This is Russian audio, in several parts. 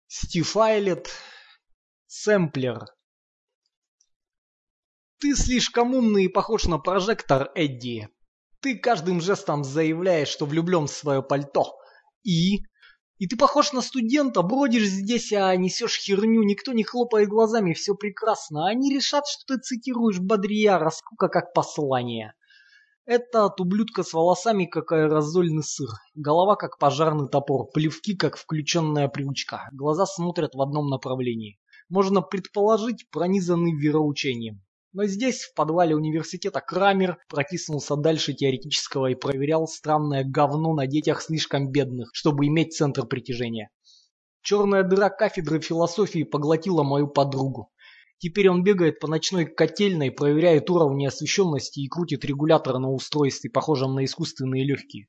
Стив Айлет, сэмплер. Ты слишком умный и похож на прожектор, Эдди. Ты каждым жестом заявляешь, что влюблен в свое пальто. И ты похож на студента, бродишь здесь, а несешь херню, никто не хлопает глазами, все прекрасно. Они решат, что ты цитируешь Бодрияра, скука как послание. Это от ублюдка с волосами, как аэрозольный сыр. Голова, как пожарный топор. Плевки, как включенная привычка. Глаза смотрят в одном направлении. Можно предположить, пронизанный вероучением. Но здесь, в подвале университета, Крамер протиснулся дальше теоретического и проверял странное говно на детях слишком бедных, чтобы иметь центр притяжения. Черная дыра кафедры философии поглотила мою подругу. Теперь он бегает по ночной котельной, проверяет уровни освещенности и крутит регулятор на устройстве, похожем на искусственные легкие.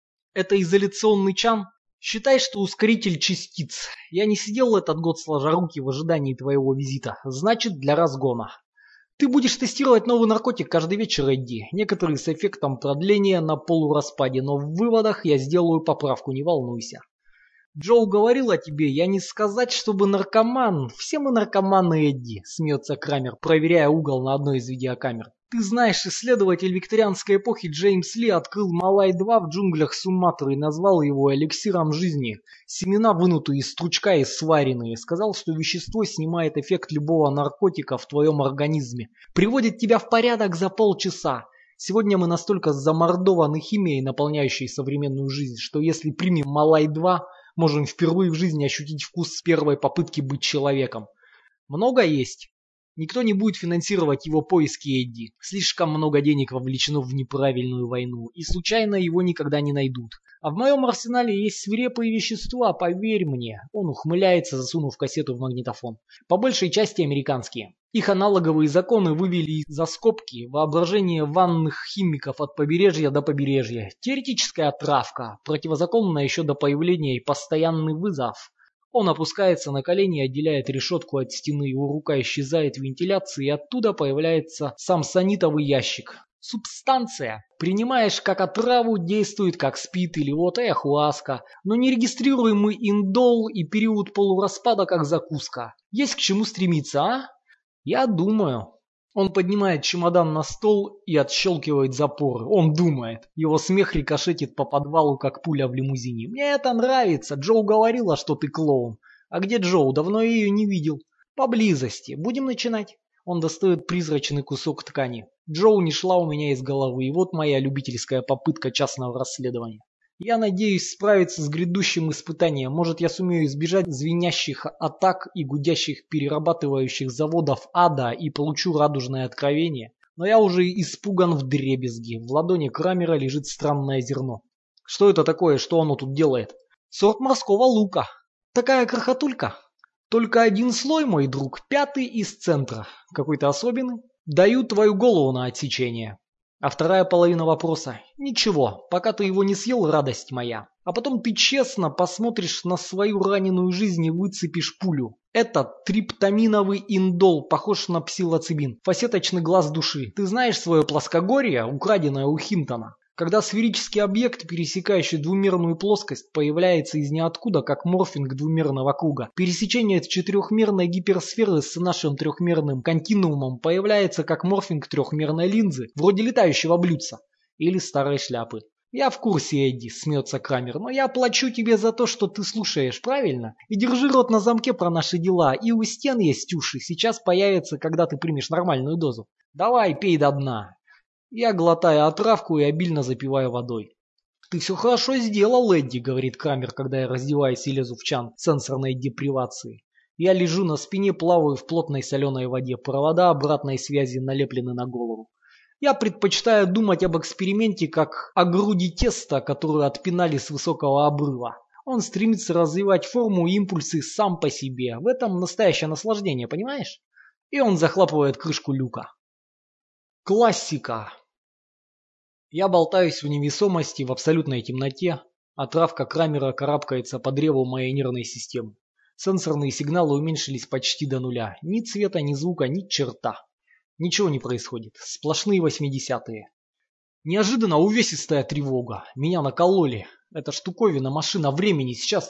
Это изоляционный чан? Считай, что ускоритель частиц. Я не сидел этот год сложа руки в ожидании твоего визита. Значит, для разгона. Ты будешь тестировать новый наркотик каждый вечер, Эдди. Некоторые с эффектом продления на полураспаде, но в выводах я сделаю поправку, не волнуйся. Джоу говорил о тебе, я не сказать, чтобы наркоман. Все мы наркоманы, Эдди, смеется Крамер, проверяя угол на одной из видеокамер. Ты знаешь, исследователь викторианской эпохи Джеймс Ли открыл Малай-2 в джунглях Суматры и назвал его эликсиром жизни. Семена вынутые из стручка и сваренные. Сказал, что вещество снимает эффект любого наркотика в твоем организме. Приводит тебя в порядок за полчаса. Сегодня мы настолько замордованы химией, наполняющей современную жизнь, что если примем Малай-2, можем впервые в жизни ощутить вкус первой попытки быть человеком. Много есть. Никто не будет финансировать его поиски, Эдди. Слишком много денег вовлечено в неправильную войну, и случайно его никогда не найдут. А в моем арсенале есть свирепые вещества, поверь мне. Он ухмыляется, засунув кассету в магнитофон. По большей части американские. Их аналоговые законы вывели за скобки воображение ванных химиков от побережья до побережья. Теоретическая отравка, противозаконная еще до появления и постоянный вызов. Он опускается на колени и отделяет решетку от стены, его рука исчезает в вентиляции, и оттуда появляется самсонитовый ящик. Субстанция. Принимаешь как отраву, действует как спид или вот ayahuasca, но нерегистрируемый индол и период полураспада как закуска. Есть к чему стремиться, а? Я думаю. Он поднимает чемодан на стол и отщелкивает запоры. Он думает. Его смех рикошетит по подвалу, как пуля в лимузине. Мне это нравится. Джоу говорила, что ты клоун. А где Джоу? Давно я ее не видел. Поблизости. Будем начинать. Он достает призрачный кусок ткани. Джоу не шла у меня из головы. И вот моя любительская попытка частного расследования. Я надеюсь справиться с грядущим испытанием. Может, я сумею избежать звенящих атак и гудящих перерабатывающих заводов ада и получу радужное откровение. Но я уже испуган вдребезги. В ладони Крамера лежит странное зерно. Что это такое? Что оно тут делает? Сорт морского лука. Такая крохотулька. Только один слой, мой друг, 5-й из центра. Какой-то особенный? Даю твою голову на отсечение. А вторая половина вопроса. Ничего, пока ты его не съел, радость моя. А потом ты честно посмотришь на свою раненую жизнь и выцепишь пулю. Этот триптаминовый индол похож на псилоцибин. Фасеточный глаз души. Ты знаешь свое плоскогорье, украденное у Хинтона? Когда сферический объект, пересекающий двумерную плоскость, появляется из ниоткуда, как морфинг двумерного круга, пересечение четырехмерной гиперсферы с нашим трехмерным континуумом появляется как морфинг трехмерной линзы, вроде летающего блюдца или старой шляпы. Я в курсе, Эдди, смеется Крамер, но я плачу тебе за то, что ты слушаешь, правильно? И держи рот на замке про наши дела, и у стен есть уши, сейчас появится, когда ты примешь нормальную дозу. Давай, пей до дна. Я глотаю отравку и обильно запиваю водой. «Ты все хорошо сделал, Эдди», — говорит Крамер, когда я раздеваюсь и лезу в чан сенсорной депривации. Я лежу на спине, плаваю в плотной соленой воде, провода обратной связи налеплены на голову. Я предпочитаю думать об эксперименте как о груди теста, которую отпинали с высокого обрыва. Он стремится развивать форму и импульсы сам по себе. В этом настоящее наслаждение, понимаешь? И он захлопывает крышку люка. Классика. Я болтаюсь в невесомости в абсолютной темноте, а травка Крамера карабкается по древу моей нервной системы. Сенсорные сигналы уменьшились почти до нуля. Ни цвета, ни звука, ни черта. Ничего не происходит. Сплошные 80-е. Неожиданно увесистая тревога. Меня накололи. Эта штуковина, машина времени, сейчас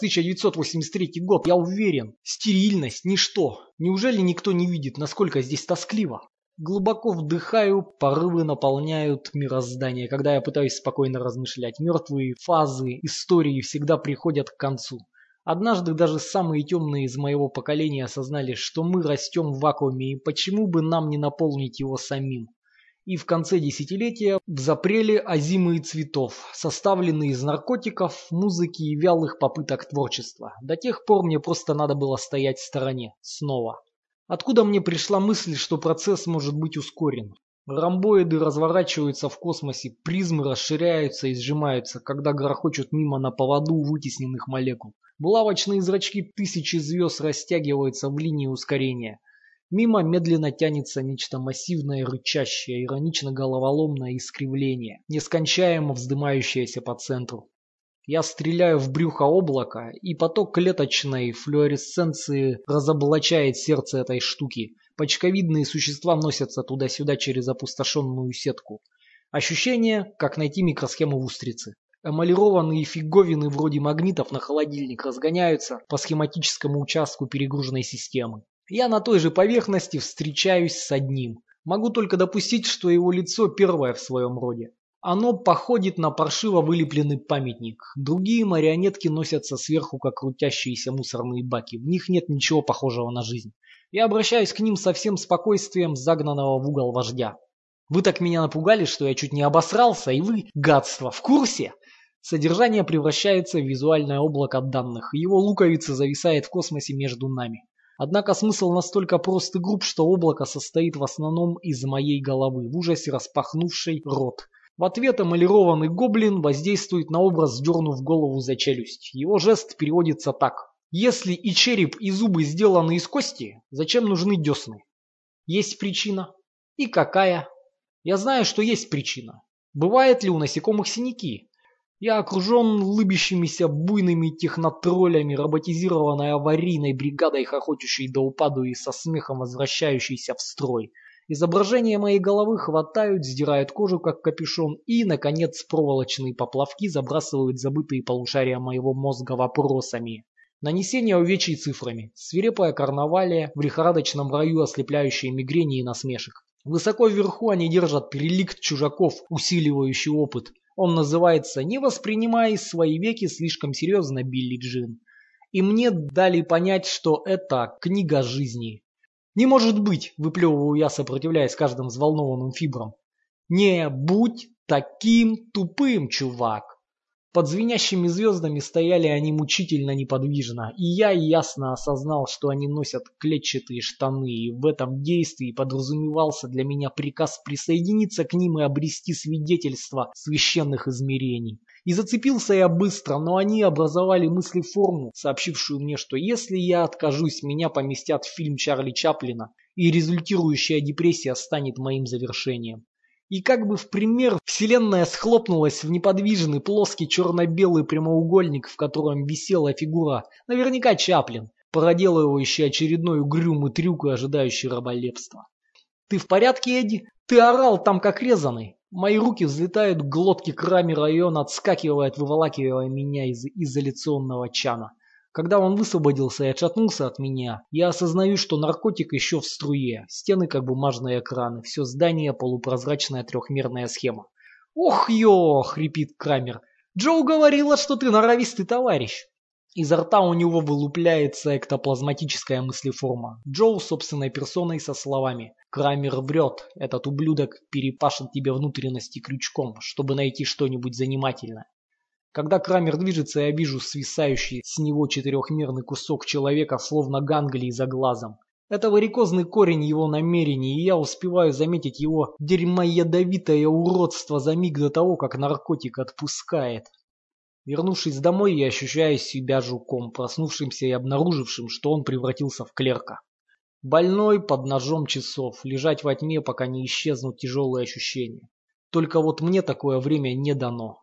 1983 год, я уверен. Стерильность, ничто. Неужели никто не видит, насколько здесь тоскливо? Глубоко вдыхаю, порывы наполняют мироздание, когда я пытаюсь спокойно размышлять. Мертвые фазы истории всегда приходят к концу. Однажды даже самые темные из моего поколения осознали, что мы растем в вакууме, и почему бы нам не наполнить его самим. И в конце десятилетия взапрели озимые цветов, составленные из наркотиков, музыки и вялых попыток творчества. До тех пор мне просто надо было стоять в стороне. Снова. Откуда мне пришла мысль, что процесс может быть ускорен? Ромбоиды разворачиваются в космосе, призмы расширяются и сжимаются, когда грохочут мимо на поводу вытесненных молекул. Булавочные зрачки тысячи звезд растягиваются в линии ускорения. Мимо медленно тянется нечто массивное, рычащее, иронично головоломное искривление, нескончаемо вздымающееся по центру. Я стреляю в брюхо облака, и поток клеточной флуоресценции разоблачает сердце этой штуки. Почковидные существа носятся туда-сюда через опустошенную сетку. Ощущение, как найти микросхему в устрице. Эмалированные фиговины вроде магнитов на холодильник разгоняются по схематическому участку перегруженной системы. Я на той же поверхности встречаюсь с одним. Могу только допустить, что его лицо первое в своем роде. Оно походит на паршиво вылепленный памятник. Другие марионетки носятся сверху, как крутящиеся мусорные баки. В них нет ничего похожего на жизнь. Я обращаюсь к ним со всем спокойствием загнанного в угол вождя. Вы так меня напугали, что я чуть не обосрался, и вы, гадство, в курсе? Содержание превращается в визуальное облако данных, и его луковица зависает в космосе между нами. Однако смысл настолько прост и груб, что облако состоит в основном из моей головы, в ужасе распахнувшей рот. В ответ эмалированный гоблин воздействует на образ, сдернув голову за челюсть. Его жест переводится так. Если и череп, и зубы сделаны из кости, зачем нужны десны? Есть причина. И какая? Я знаю, что есть причина. Бывает ли у насекомых синяки? Я окружен лыбящимися буйными технотроллями, роботизированной аварийной бригадой, хохочущей до упаду и со смехом возвращающейся в строй. Изображения моей головы хватают, сдирают кожу, как капюшон, и, наконец, проволочные поплавки забрасывают забытые полушария моего мозга вопросами. Нанесение увечий цифрами, свирепая карнавалия в лихорадочном раю, ослепляющие мигрени и насмешек. Высоко вверху они держат реликт чужаков, усиливающий опыт. Он называется «Не воспринимай свои веки слишком серьезно, Билли Джин». И мне дали понять, что это книга жизни. «Не может быть!» – выплевываю я, сопротивляясь каждым взволнованным фибрам. «Не будь таким тупым, чувак!» Под звенящими звездами стояли они мучительно неподвижно, и я ясно осознал, что они носят клетчатые штаны, и в этом действии подразумевался для меня приказ присоединиться к ним и обрести свидетельство священных измерений. И зацепился я быстро, но они образовали мыслеформу, сообщившую мне, что если я откажусь, меня поместят в фильм Чарли Чаплина, и результирующая депрессия станет моим завершением. И как бы в пример, вселенная схлопнулась в неподвижный плоский черно-белый прямоугольник, в котором висела фигура, наверняка Чаплин, проделывающий очередной угрюмый трюк и ожидающий раболепства. «Ты в порядке, Эдди? Ты орал там как резаный!» Мои руки взлетают к глотке Крамера, и он отскакивает, выволакивая меня из изоляционного чана. Когда он высвободился и отшатнулся от меня, я осознаю, что наркотик еще в струе. Стены как бумажные экраны, все здание полупрозрачная трехмерная схема. «Ох, ё!» — хрипит Крамер. «Джоу говорила, что ты норовистый товарищ!» Изо рта у него вылупляется эктоплазматическая мыслеформа. Джоу собственной персоной со словами: «Крамер врет, этот ублюдок перепашет тебе внутренности крючком, чтобы найти что-нибудь занимательное». Когда Крамер движется, я вижу свисающий с него четырехмерный кусок человека, словно ганглий за глазом. Это варикозный корень его намерений, и я успеваю заметить его дерьмоядовитое уродство за миг до того, как наркотик отпускает. Вернувшись домой, я ощущаю себя жуком, проснувшимся и обнаружившим, что он превратился в клерка. Больной под ножом часов, лежать во тьме, пока не исчезнут тяжелые ощущения. Только вот мне такое время не дано.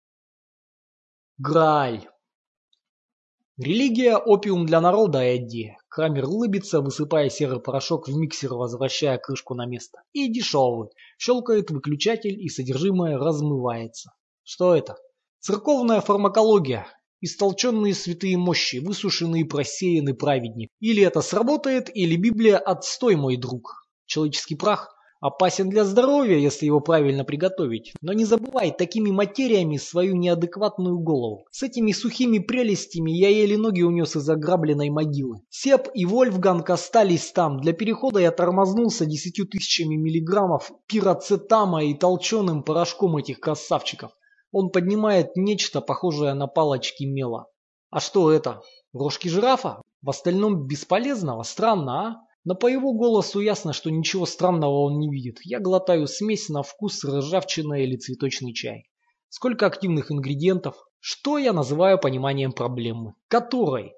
Грааль. Религия – опиум для народа, Эдди. Крамер улыбится, высыпая серый порошок в миксер, возвращая крышку на место. И дешевый. Щелкает выключатель, и содержимое размывается. Что это? Церковная фармакология. Истолченные святые мощи, высушенный и просеянный праведник. Или это сработает, или Библия отстой, мой друг. Человеческий прах опасен для здоровья, если его правильно приготовить. Но не забывай такими материями свою неадекватную голову. С этими сухими прелестями я еле ноги унес из ограбленной могилы. Себ и Вольфганг остались там. Для перехода я тормознулся 10 тысячами миллиграммов пироцетама и толченым порошком этих красавчиков. Он поднимает нечто похожее на палочки мела. А что это? Рожки жирафа? В остальном бесполезного? Странно, а? Но по его голосу ясно, что ничего странного он не видит. Я глотаю смесь на вкус ржавчина или цветочный чай. Сколько активных ингредиентов? Что я называю пониманием проблемы? Которой?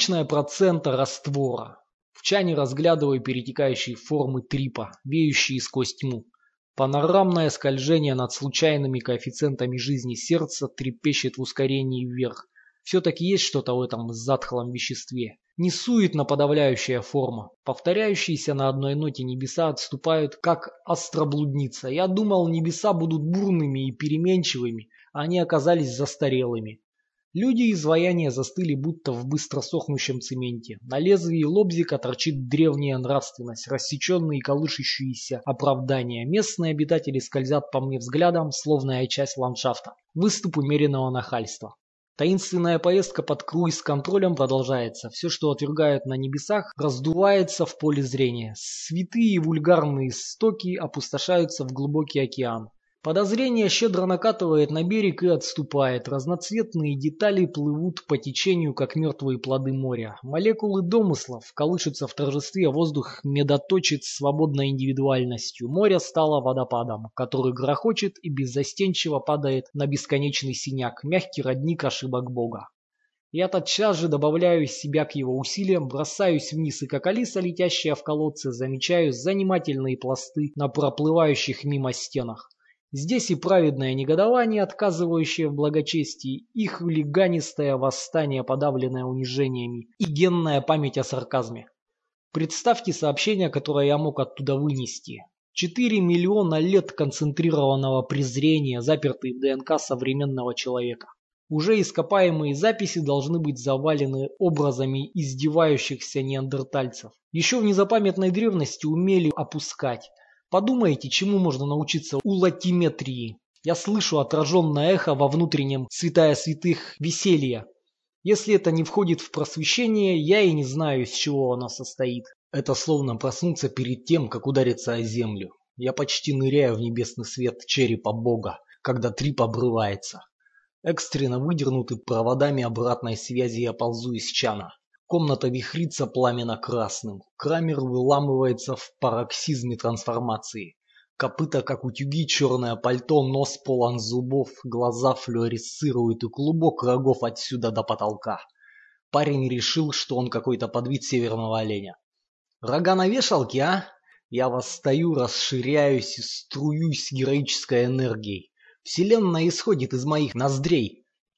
0,01% раствора. В чане разглядываю перетекающие формы трипа, веющие сквозь тьму. Панорамное скольжение над случайными коэффициентами жизни сердца трепещет в ускорении вверх. Все-таки есть что-то в этом затхлом веществе. Не суетно-подавляющая форма. Повторяющиеся на одной ноте небеса отступают, как астроблудница. Я думал, небеса будут бурными и переменчивыми, а они оказались застарелыми. Люди изваяния застыли, будто в быстро сохнущем цементе. На лезвии лобзика торчит древняя нравственность, рассеченные и колышущиеся оправдания. Местные обитатели скользят по мне взглядом, словно я часть ландшафта. Выступ умеренного нахальства. Таинственная поездка под круиз-контролем продолжается. Все, что отвергают на небесах, раздувается в поле зрения. Святые и вульгарные стоки опустошаются в глубокий океан. Подозрение щедро накатывает на берег и отступает. Разноцветные детали плывут по течению, как мертвые плоды моря. Молекулы домыслов колышутся в торжестве, воздух медоточит свободной индивидуальностью. Море стало водопадом, который грохочет и беззастенчиво падает на бесконечный синяк, мягкий родник ошибок Бога. Я тотчас же добавляю себя к его усилиям, бросаюсь вниз и, как Алиса, летящая в колодце, замечаю занимательные пласты на проплывающих мимо стенах. Здесь и праведное негодование, отказывающее в благочестии, и хулиганистое восстание, подавленное унижениями, и генная память о сарказме. Представьте сообщение, которое я мог оттуда вынести. 4 миллиона лет концентрированного презрения, запертые в ДНК современного человека. Уже ископаемые записи должны быть завалены образами издевающихся неандертальцев. Еще в незапамятной древности умели опускать. Подумайте, чему можно научиться у латиметрии. Я слышу отраженное эхо во внутреннем святая святых веселья. Если это не входит в просвещение, я и не знаю, из чего оно состоит. Это словно проснуться перед тем, как удариться о землю. Я почти ныряю в небесный свет черепа Бога, когда трип обрывается. Экстренно выдернуты проводами обратной связи я ползу из чана. Комната вихрится пламенно-красным. Крамер выламывается в пароксизме трансформации. Копыта, как утюги, черное пальто, нос полон зубов, глаза флуоресцируют и клубок рогов отсюда до потолка. Парень решил, что он какой-то подвид северного оленя. Рога на вешалке, а? Я восстаю, расширяюсь и струюсь героической энергией. Вселенная исходит из моих ноздрей.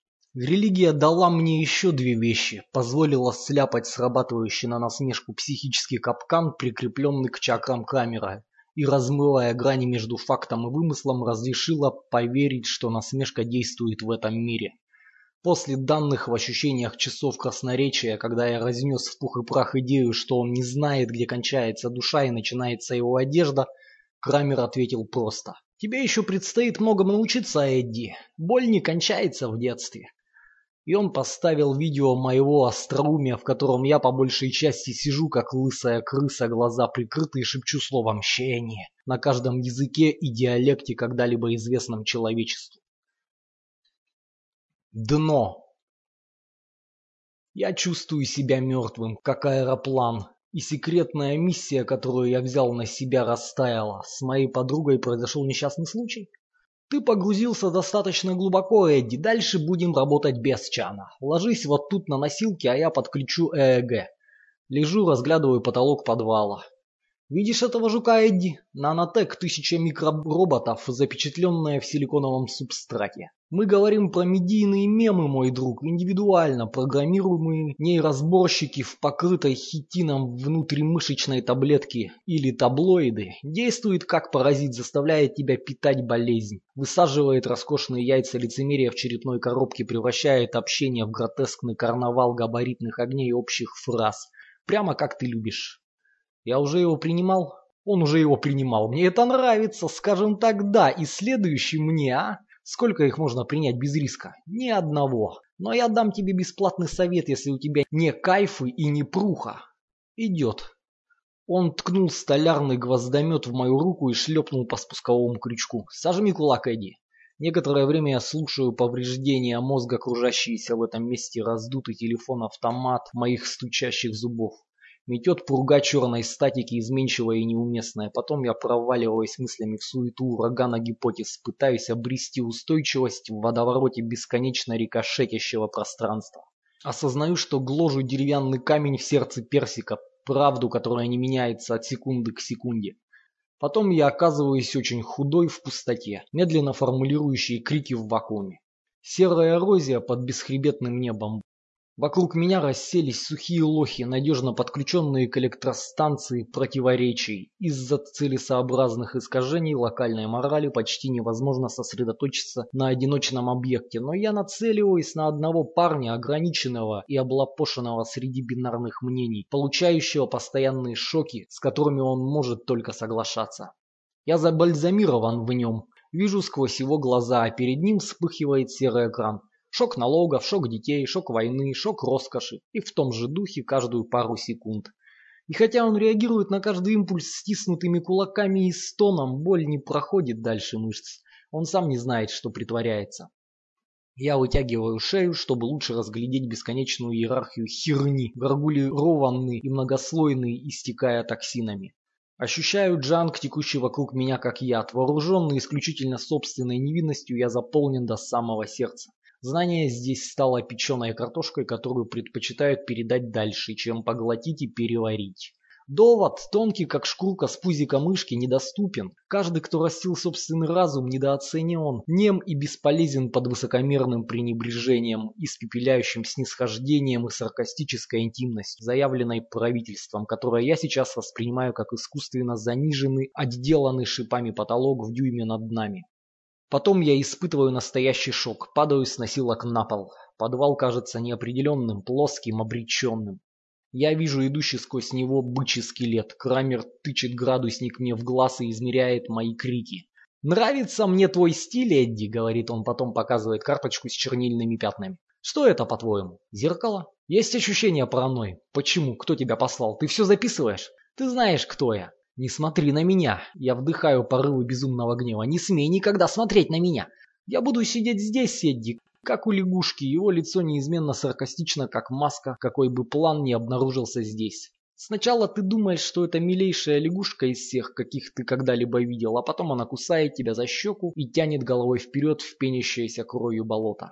Религия дала мне еще 2 вещи, позволила сляпать срабатывающий на насмешку психический капкан, прикрепленный к чакрам Крамера, и, размывая грани между фактом и вымыслом, разрешила поверить, что насмешка действует в этом мире. После данных в ощущениях часов красноречия, когда я разнес в пух и прах идею, что он не знает, где кончается душа и начинается его одежда, Крамер ответил просто. «Тебе еще предстоит многому научиться, Эдди. Боль не кончается в детстве». И он поставил видео моего остроумия, в котором я по большей части сижу, как лысая крыса, глаза прикрыты, и шепчу слово «мщение» на каждом языке и диалекте, когда-либо известном человечеству. Дно. Я чувствую себя мертвым, как аэроплан, и секретная миссия, которую я взял на себя, растаяла. С моей подругой произошел несчастный случай. Ты погрузился достаточно глубоко, Эдди. Дальше будем работать без чана. Ложись вот тут на носилки, а я подключу ЭЭГ. Лежу, разглядываю потолок подвала. Видишь этого жука, Эдди? Нанотек 1000 микророботов, запечатленная в силиконовом субстрате. Мы говорим про медийные мемы, мой друг, индивидуально программируемые нейросборщики в покрытой хитином внутримышечной таблетке или таблоиды. Действует как паразит, заставляет тебя питать болезнь. Высаживает роскошные яйца лицемерия в черепной коробке, превращает общение в гротескный карнавал габаритных огней и общих фраз. Прямо как ты любишь. Я уже его принимал? Он уже его принимал. Мне это нравится, скажем так, да. И следующий мне, а? Сколько их можно принять без риска? Ни одного. Но я дам тебе бесплатный совет, если у тебя не кайфы и не пруха. Идет. Он ткнул столярный гвоздомет в мою руку и шлепнул по спусковому крючку. Сожми кулак, Эдди. Некоторое время я слушаю повреждения мозга, кружащиеся в этом месте, раздутый телефон-автомат моих стучащих зубов. Метет пурга черной статики, изменчивая и неуместная. Потом я проваливаюсь мыслями в суету урагана гипотез, пытаюсь обрести устойчивость в водовороте бесконечно рикошетящего пространства. Осознаю, что гложу деревянный камень в сердце персика, правду, которая не меняется от секунды к секунде. Потом я оказываюсь очень худой в пустоте, медленно формулирующие крики в вакууме. Серая эрозия под бесхребетным небом. Вокруг меня расселись сухие лохи, надежно подключенные к электростанции противоречий. Из-за целесообразных искажений локальной морали почти невозможно сосредоточиться на одиночном объекте, но я нацеливаюсь на одного парня, ограниченного и облапошенного среди бинарных мнений, получающего постоянные шоки, с которыми он может только соглашаться. Я забальзамирован в нем, вижу сквозь его глаза, а перед ним вспыхивает серый экран. Шок налогов, шок детей, шок войны, шок роскоши. И в том же духе каждую пару секунд. И хотя он реагирует на каждый импульс стиснутыми кулаками и стоном, боль не проходит дальше мышц. Он сам не знает, что притворяется. Я вытягиваю шею, чтобы лучше разглядеть бесконечную иерархию херни, гаргулированный и многослойный, истекая токсинами. Ощущаю джанг, текущий вокруг меня как яд. Вооруженный исключительно собственной невинностью, я заполнен до самого сердца. Знание здесь стало печеной картошкой, которую предпочитают передать дальше, чем поглотить и переварить. Довод, тонкий как шкурка с пузика мышки, недоступен. Каждый, кто растил собственный разум, недооценен, нем и бесполезен под высокомерным пренебрежением, испепеляющим снисхождением и саркастической интимностью, заявленной правительством, которое я сейчас воспринимаю как искусственно заниженный, отделанный шипами потолок в дюйме над нами. Потом я испытываю настоящий шок, падаю с носилок на пол. Подвал кажется неопределенным, плоским, обреченным. Я вижу идущий сквозь него бычий скелет. Крамер тычет градусник мне в глаз и измеряет мои крики. «Нравится мне твой стиль, Эдди», — говорит он, потом показывает карточку с чернильными пятнами. «Что это, по-твоему? Зеркало? Есть ощущение паранойи. Почему? Кто тебя послал? Ты все записываешь? Ты знаешь, кто я. Не смотри на меня. Я вдыхаю порывы безумного гнева. Не смей никогда смотреть на меня. Я буду сидеть здесь, Эдди, как у лягушки. Его лицо неизменно саркастично, как маска, какой бы план ни обнаружился здесь. Сначала ты думаешь, что это милейшая лягушка из всех, каких ты когда-либо видел, а потом она кусает тебя за щеку и тянет головой вперед в пенящееся кровью болото.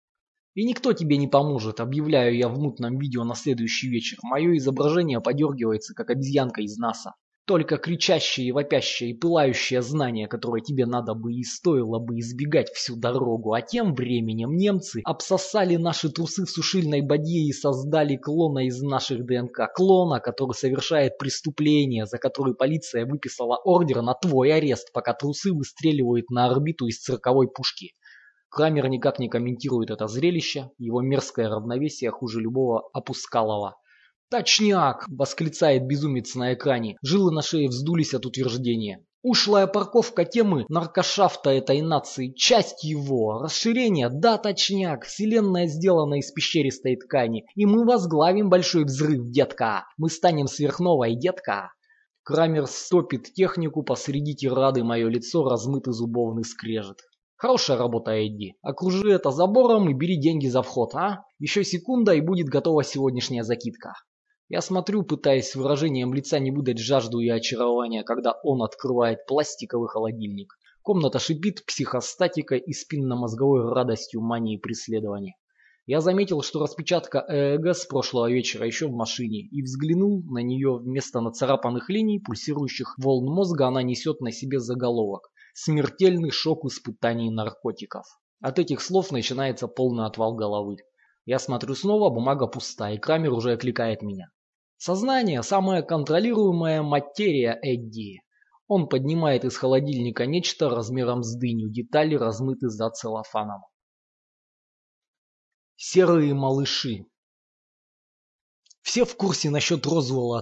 И никто тебе не поможет, объявляю я в мутном видео на следующий вечер. Мое изображение подергивается, как обезьянка из НАСА. Только кричащее, вопящее и пылающее знание, которое тебе надо бы и стоило бы избегать всю дорогу. А тем временем немцы обсосали наши трусы в сушильной бадье и создали клона из наших ДНК. Клона, который совершает преступление, за которое полиция выписала ордер на твой арест, пока трусы выстреливают на орбиту из цирковой пушки. Крамер никак не комментирует это зрелище, его мерзкое равновесие хуже любого опускалого. «Точняк!» – восклицает безумец на экране. Жилы на шее вздулись от утверждения. Ушлая парковка темы наркошафта этой нации, часть его, расширение, да, точняк, вселенная сделана из пещеристой ткани, и мы возглавим большой взрыв, детка, мы станем сверхновой, детка. Крамер стопит технику, посреди тирады мое лицо размытый зубовный скрежет. Хорошая работа, Эдди. Окружи это забором и бери деньги за вход, а? Еще секунда и будет готова сегодняшняя закидка. Я смотрю, пытаясь выражением лица не выдать жажду и очарования, когда он открывает пластиковый холодильник. Комната шипит психостатикой и спинномозговой радостью мании преследования. Я заметил, что распечатка ЭЭГ с прошлого вечера еще в машине, и взглянул на нее. Вместо нацарапанных линий, пульсирующих волн мозга, она несет на себе заголовок: «Смертельный шок испытаний наркотиков». От этих слов начинается полный отвал головы. Я смотрю снова, бумага пуста, и Крамер уже окликает меня. Сознание – самая контролируемая материя, Эдди. Он поднимает из холодильника нечто размером с дыню, детали размыты за целлофаном. Серые малыши. Все в курсе насчет Розуэлла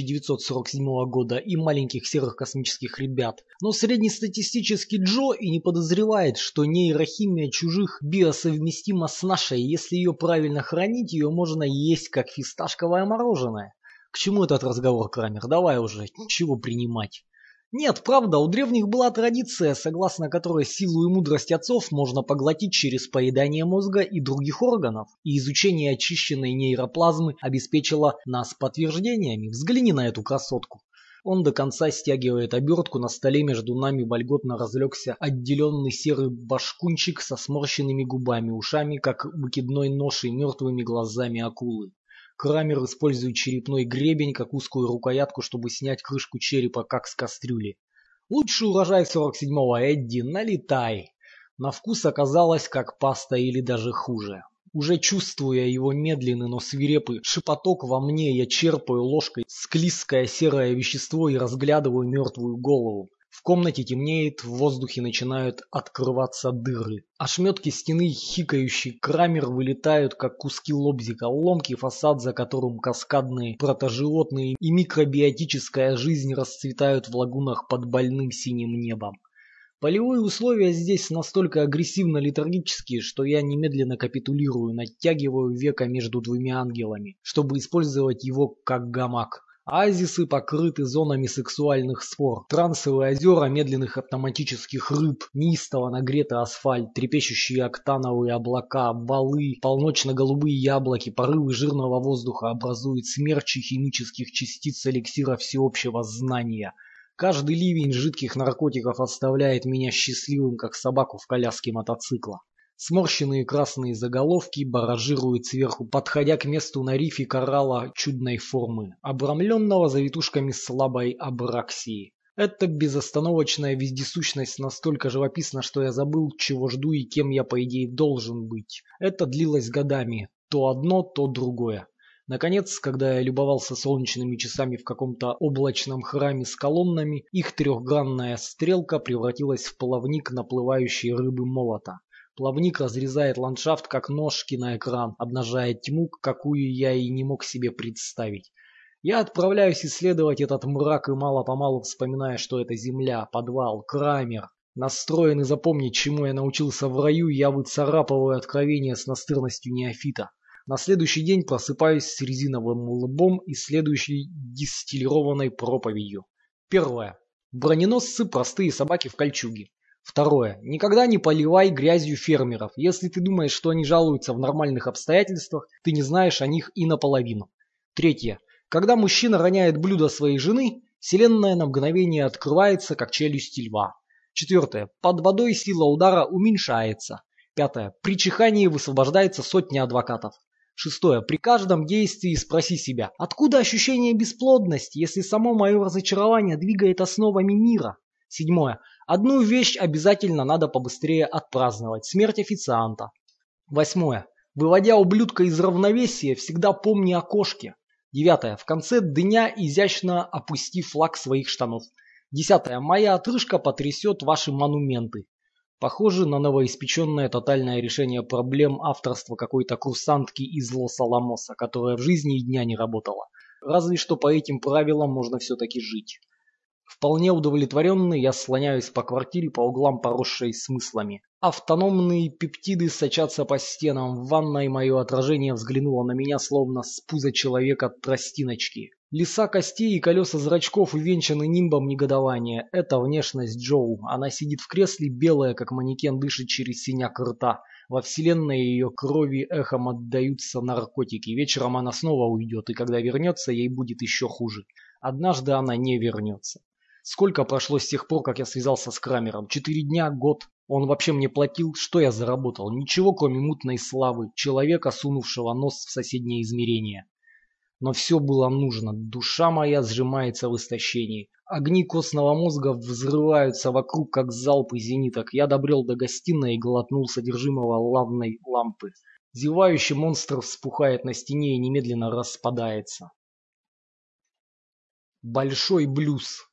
1947 года и маленьких серых космических ребят, но среднестатистический Джо и не подозревает, что нейрохимия чужих биосовместима с нашей. Если ее правильно хранить, ее можно есть как фисташковое мороженое. К чему этот разговор, Крамер? Давай уже, чего принимать? Нет, правда, у древних была традиция, согласно которой силу и мудрость отцов можно поглотить через поедание мозга и других органов, и изучение очищенной нейроплазмы обеспечило нас подтверждениями. Взгляни на эту красотку. Он до конца стягивает обертку, на столе между нами вольготно разлегся отделенный серый башкунчик со сморщенными губами, ушами, как выкидной нож, и мертвыми глазами акулы. Крамер использует черепной гребень как узкую рукоятку, чтобы снять крышку черепа, как с кастрюли. Лучший урожай 47-го, Эдди, налетай. На вкус оказалось как паста или даже хуже. Уже чувствуя его медленный, но свирепый шепоток во мне, я черпаю ложкой склизкое серое вещество и разглядываю мертвую голову. В комнате темнеет, в воздухе начинают открываться дыры. Ошметки стены, хикающий Крамер, вылетают, как куски лобзика, ломкий фасад, за которым каскадные протоживотные и микробиотическая жизнь расцветают в лагунах под больным синим небом. Полевые условия здесь настолько агрессивно-летаргические, что я немедленно капитулирую, натягиваю веко между двумя ангелами, чтобы использовать его как гамак. Оазисы покрыты зонами сексуальных спор, трансовые озера медленных автоматических рыб, неистово нагретый асфальт, трепещущие октановые облака, валы, полночно-голубые яблоки, порывы жирного воздуха образуют смерчи химических частиц эликсира всеобщего знания. Каждый ливень жидких наркотиков оставляет меня счастливым, как собаку в коляске мотоцикла. Сморщенные красные заголовки баражируют сверху, подходя к месту на рифе коралла чудной формы, обрамленного завитушками слабой абраксии. Эта безостановочная вездесущность настолько живописна, что я забыл, чего жду и кем я, по идее, должен быть. Это длилось годами. То одно, то другое. Наконец, когда я любовался солнечными часами в каком-то облачном храме с колоннами, их трехгранная стрелка превратилась в плавник наплывающей рыбы молота. Плавник разрезает ландшафт, как нож киноэкран, обнажая тьму, какую я и не мог себе представить. Я отправляюсь исследовать этот мрак и мало-помалу вспоминая, что это земля, подвал, Крамер. Настроенный запомнить, чему я научился в раю, я выцарапываю откровение с настырностью неофита. На следующий день просыпаюсь с резиновым лбом и следующей дистиллированной проповедью. Первое. Броненосцы – простые собаки в кольчуге. Второе. Никогда не поливай грязью фермеров. Если ты думаешь, что они жалуются в нормальных обстоятельствах, ты не знаешь о них и наполовину. Третье. Когда мужчина роняет блюдо своей жены, вселенная на мгновение открывается, как челюсти льва. Четвертое. Под водой сила удара уменьшается. Пятое. При чихании высвобождается сотни адвокатов. Шестое. При каждом действии спроси себя, откуда ощущение бесплодности, если само мое разочарование двигает основами мира? Седьмое. Одну вещь обязательно надо побыстрее отпраздновать – смерть официанта. Восьмое. Выводя ублюдка из равновесия, всегда помни о кошке. Девятое. В конце дня изящно опусти флаг своих штанов. Десятое. Моя отрыжка потрясет ваши монументы. Похоже на новоиспеченное тотальное решение проблем авторства какой-то курсантки из Лос-Аламоса, которая в жизни и дня не работала. Разве что по этим правилам можно все-таки жить. Вполне удовлетворенный, я слоняюсь по квартире по углам, поросшей смыслами. Автономные пептиды сочатся по стенам. В ванной мое отражение взглянуло на меня, словно с пуза человека тростиночки. Леса костей и колеса зрачков увенчаны нимбом негодования. Это внешность Джоу. Она сидит в кресле, белая, как манекен, дышит через синяк рта. Во вселенной ее крови эхом отдаются наркотики. Вечером она снова уйдет, и когда вернется, ей будет еще хуже. Однажды она не вернется. Сколько прошло с тех пор, как я связался с Крамером? 4 дня, год? Он вообще мне платил, что я заработал? Ничего, кроме мутной славы, человека, сунувшего нос в соседнее измерение. Но все было нужно. Душа моя сжимается в истощении. Огни костного мозга взрываются вокруг, как залпы зениток. Я добрел до гостиной и глотнул содержимого лавной лампы. Зевающий монстр вспухает на стене и немедленно распадается. Большой блюз.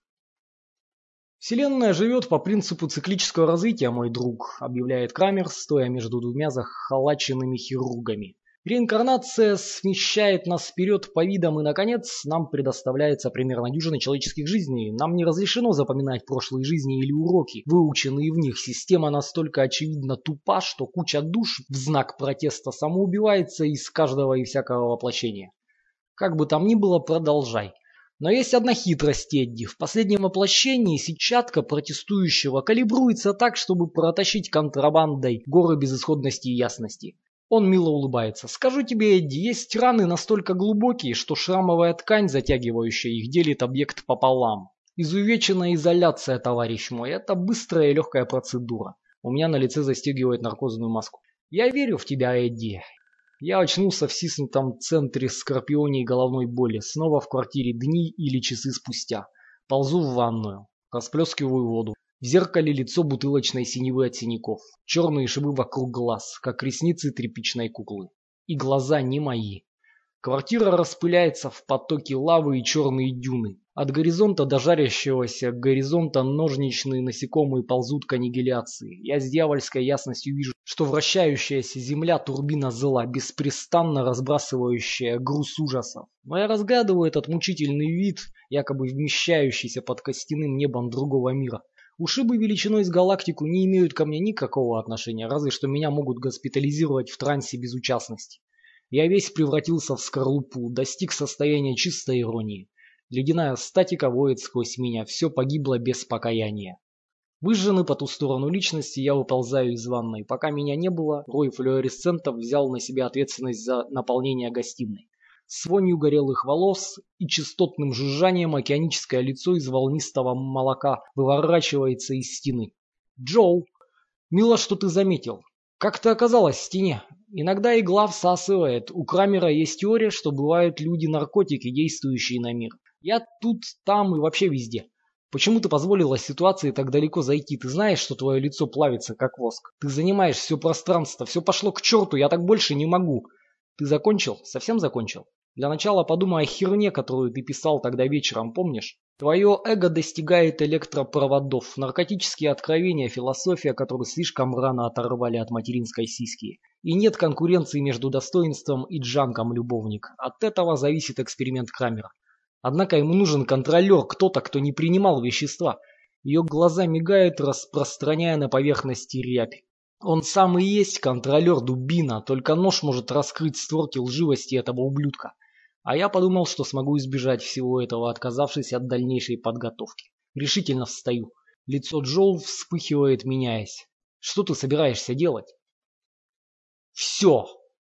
Вселенная живет по принципу циклического развития, мой друг, объявляет Крамер, стоя между двумя захолаченными хирургами. Реинкарнация смещает нас вперед по видам, и, наконец, нам предоставляется примерно дюжина человеческих жизней. Нам не разрешено запоминать прошлые жизни или уроки, выученные в них. Система настолько очевидно тупа, что куча душ в знак протеста самоубивается из каждого и всякого воплощения. Как бы там ни было, продолжай. Но есть одна хитрость, Эдди. В последнем воплощении сетчатка протестующего калибруется так, чтобы протащить контрабандой горы безысходности и ясности. Он мило улыбается. Скажу тебе, Эдди, есть раны настолько глубокие, что шрамовая ткань, затягивающая их, делит объект пополам. Изувеченная изоляция, товарищ мой, это быстрая и легкая процедура. У меня на лице застегивает наркозную маску. Я верю в тебя, Эдди. Я очнулся в сиснутом центре скорпионии головной боли. Снова в квартире дни или часы спустя. Ползу в ванную. Расплескиваю воду. В зеркале лицо бутылочной синевы от синяков. Черные шибы вокруг глаз, как ресницы тряпичной куклы. И глаза не мои. Квартира распыляется в потоке лавы и черные дюны. От горизонта до жарящегося горизонта ножничные насекомые ползут к аннигиляции. Я с дьявольской ясностью вижу, что вращающаяся земля турбина зла, беспрестанно разбрасывающая груз ужасов. Но я разгадываю этот мучительный вид, якобы вмещающийся под костяным небом другого мира. Ушибы величиной с галактику не имеют ко мне никакого отношения, разве что меня могут госпитализировать в трансе безучастности. Я весь превратился в скорлупу, достиг состояния чистой иронии. Ледяная статика воет сквозь меня, все погибло без покаяния. Выжженный по ту сторону личности, я выползаю из ванной. Пока меня не было, рой флуоресцентов взял на себя ответственность за наполнение гостиной. С вонью горелых волос и частотным жужжанием океаническое лицо из волнистого молока выворачивается из стены. «Джоу, мило, что ты заметил. Как ты оказалась в стене? Иногда игла всасывает. У Крамера есть теория, что бывают люди-наркотики, действующие на мир. Я тут, там и вообще везде. Почему ты позволила ситуации так далеко зайти? Ты знаешь, что твое лицо плавится, как воск. Ты занимаешь все пространство, все пошло к черту, я так больше не могу. Ты закончил? Совсем закончил? Для начала подумай о херне, которую ты писал тогда вечером, помнишь? Твое эго достигает электропроводов, наркотические откровения, философия, которую слишком рано оторвали от материнской сиськи. И нет конкуренции между достоинством и джанком, любовник. От этого зависит эксперимент Крамера. Однако ему нужен контролер, кто-то, кто не принимал вещества. Ее глаза мигают, распространяя на поверхности рябь. Он сам и есть контролер дубина, только нож может раскрыть створки лживости этого ублюдка. А я подумал, что смогу избежать всего этого, отказавшись от дальнейшей подготовки. Решительно встаю. Лицо Джоу вспыхивает, меняясь. Что ты собираешься делать? Все.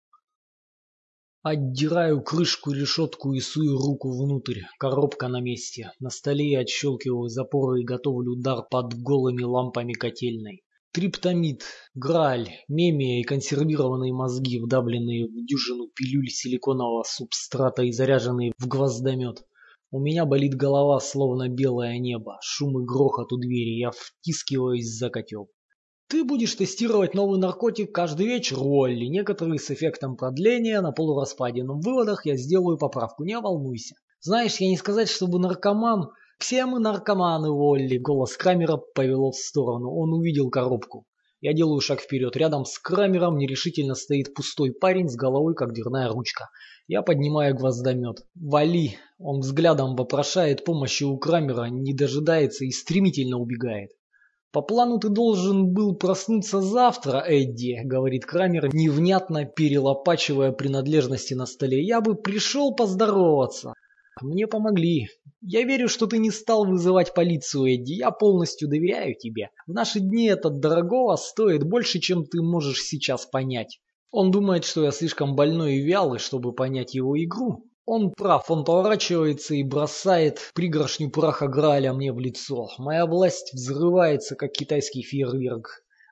Отдираю крышку решетку и сую руку внутрь. Коробка на месте. На столе я отщелкиваю запоры и готовлю удар под голыми лампами котельной. Триптамид, грааль, мемия и консервированные мозги, вдавленные в дюжину пилюль силиконового субстрата и заряженные в гвоздомет. У меня болит голова, словно белое небо. Шум и грохот у двери. Я втискиваюсь за котел. Ты будешь тестировать новый наркотик каждый вечер, Уолли. Некоторые с эффектом продления на полураспаде. Но в выводах я сделаю поправку, не волнуйся. Знаешь, я не сказать, чтобы наркоман... «Все мы наркоманы, Уолли!» Голос Крамера повело в сторону. Он увидел коробку. Я делаю шаг вперед. Рядом с Крамером нерешительно стоит пустой парень с головой, как дверная ручка. Я поднимаю гвоздомет. «Вали!» Он взглядом вопрошает помощи у Крамера, не дожидается и стремительно убегает. «По плану ты должен был проснуться завтра, Эдди», — говорит Крамер, невнятно перелопачивая принадлежности на столе. «Я бы пришел поздороваться». Мне помогли. Я верю, что ты не стал вызывать полицию, Эдди. Я полностью доверяю тебе. В наши дни это дорогого стоит больше, чем ты можешь сейчас понять. Он думает, что я слишком больной и вялый, чтобы понять его игру. Он прав, он поворачивается и бросает пригоршню праха Грааля мне в лицо. Моя власть взрывается, как китайский фейерверк.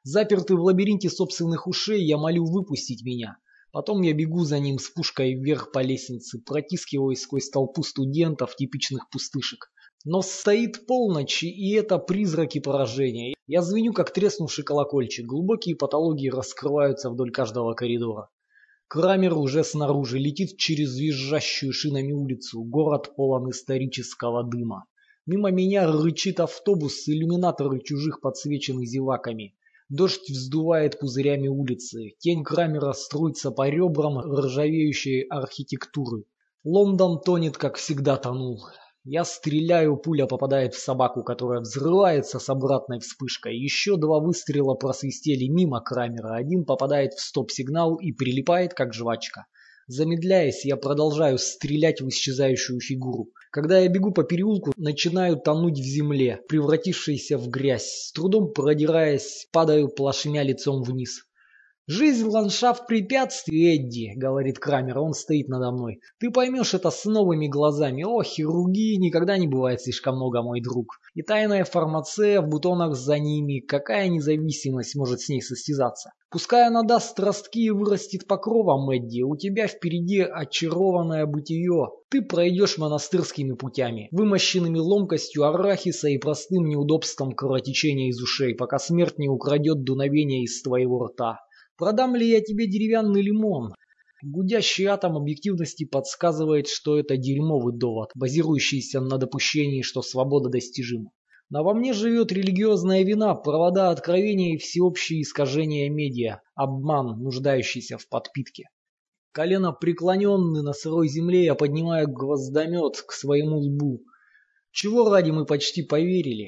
Запертый в лабиринте собственных ушей, я молю выпустить меня. Потом я бегу за ним с пушкой вверх по лестнице, протискиваясь сквозь толпу студентов, типичных пустышек. Но стоит полночь, и это призраки поражения. Я звеню, как треснувший колокольчик. Глубокие патологии раскрываются вдоль каждого коридора. Крамер уже снаружи, летит через визжащую шинами улицу. Город полон исторического дыма. Мимо меня рычит автобус, иллюминаторы чужих подсвечены зеваками. Дождь вздувает пузырями улицы. Тень Крамера струится по ребрам ржавеющей архитектуры. Лондон тонет, как всегда тонул. Я стреляю, пуля попадает в собаку, которая взрывается с обратной вспышкой. Еще 2 выстрела просвистели мимо Крамера. Один попадает в стоп-сигнал и прилипает, как жвачка. Замедляясь, я продолжаю стрелять в исчезающую фигуру. Когда я бегу по переулку, начинаю тонуть в земле, превратившейся в грязь. С трудом продираясь, падаю плашмя лицом вниз. «Жизнь, ландшафт препятствий, Эдди», — говорит Крамер, он стоит надо мной. «Ты поймешь это с новыми глазами. О, хирургии никогда не бывает слишком много, мой друг. И тайная фармация в бутонах за ними. Какая независимость может с ней состязаться? Пускай она даст ростки и вырастет покровом, Эдди. У тебя впереди очарованное бытие. Ты пройдешь монастырскими путями, вымощенными ломкостью арахиса и простым неудобством кровотечения из ушей, пока смерть не украдет дуновение из твоего рта. Продам ли я тебе деревянный лимон? Гудящий атом объективности подсказывает, что это дерьмовый довод, базирующийся на допущении, что свобода достижима. Но во мне живет религиозная вина, провода откровения и всеобщее искажение медиа, обман, нуждающийся в подпитке. Колено преклоненный на сырой земле, я поднимаю гвоздомет к своему лбу. Чего ради мы почти поверили?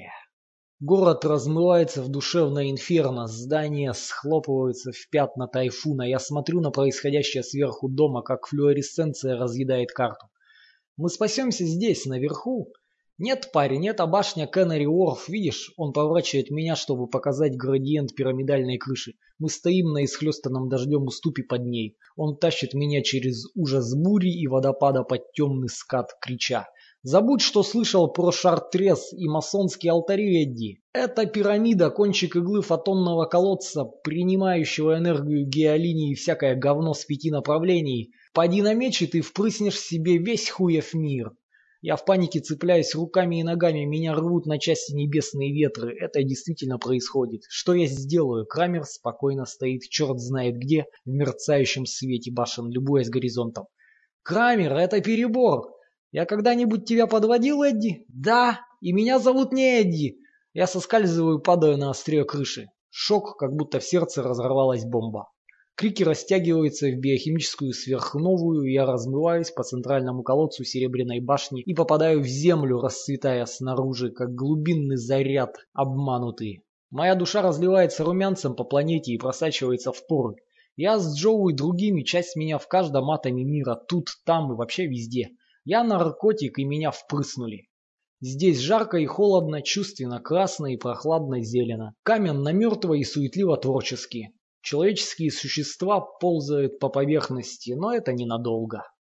Город размывается в душевное инферно, здания схлопываются в пятна тайфуна. Я смотрю на происходящее сверху дома, как флуоресценция разъедает карту. Мы спасемся здесь, наверху? Нет, парень, это башня Кеннери Уорф, видишь? Он поворачивает меня, чтобы показать градиент пирамидальной крыши. Мы стоим на исхлестанном дождем уступе под ней. Он тащит меня через ужас бури и водопада под темный скат, крича: «Забудь, что слышал про Шартрез и масонские алтари, Эдди. Это пирамида, кончик иглы фотонного колодца, принимающего энергию геолинии и всякое говно с 5 направлений. Поди на меч, и ты впрыснешь себе весь хуев мир». Я в панике цепляюсь руками и ногами, меня рвут на части небесные ветры. Это действительно происходит. Что я сделаю? Крамер спокойно стоит, черт знает где, в мерцающем свете башен, любуясь горизонтом. «Крамер, это перебор! Я когда-нибудь тебя подводил, Эдди?» «Да, и меня зовут не Эдди!» Я соскальзываю, падаю на острие крыши. Шок, как будто в сердце разорвалась бомба. Крики растягиваются в биохимическую сверхновую, я размываюсь по центральному колодцу серебряной башни и попадаю в землю, расцветая снаружи, как глубинный заряд, обманутый. Моя душа разливается румянцем по планете и просачивается в поры. Я с Джоу и другими, часть меня в каждом атоме мира, тут, там и вообще везде. Я наркотик, и меня впрыснули. Здесь жарко и холодно, чувственно красно и прохладно зелено. Каменно мертво и суетливо творчески. Человеческие существа ползают по поверхности, но это ненадолго.